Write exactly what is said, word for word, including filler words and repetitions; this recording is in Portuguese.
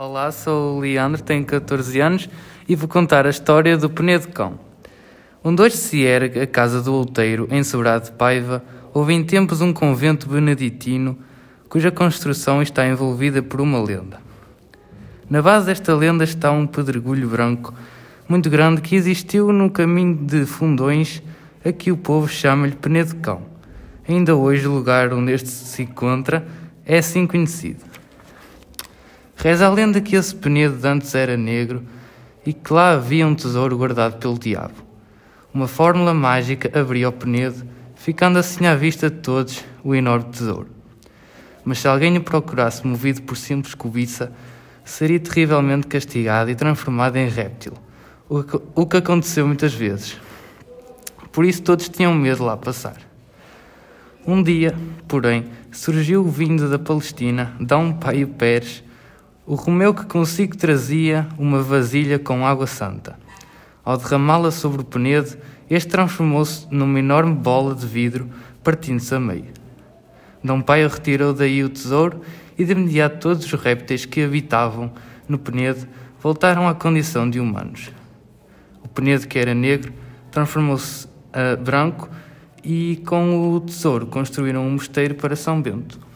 Olá, sou o Leandro, tenho catorze anos e vou contar a história do Penedo Cão. Onde hoje se ergue a Casa do Outeiro, em Sobrado de Paiva, houve em tempos um convento beneditino cuja construção está envolvida por uma lenda. Na base desta lenda está um pedregulho branco muito grande que existiu no caminho de Fundões, a que o povo chama-lhe Penedo Cão. Ainda hoje o lugar onde este se encontra é assim conhecido. Reza a lenda que esse penedo de antes era negro e que lá havia um tesouro guardado pelo diabo. Uma fórmula mágica abria o penedo, ficando assim à vista de todos o enorme tesouro. Mas se alguém o procurasse movido por simples cobiça, seria terrivelmente castigado e transformado em réptil, o que, o que aconteceu muitas vezes. Por isso todos tinham medo de lá passar. Um dia, porém, surgiu vindo da Palestina, Dom Paio Pérez, o Romeu que consigo trazia uma vasilha com água santa. Ao derramá-la sobre o penedo, este transformou-se numa enorme bola de vidro, partindo-se a meio. Dom Paio retirou daí o tesouro e de imediato todos os répteis que habitavam no penedo voltaram à condição de humanos. O penedo, que era negro, transformou-se a branco e com o tesouro construíram um mosteiro para São Bento.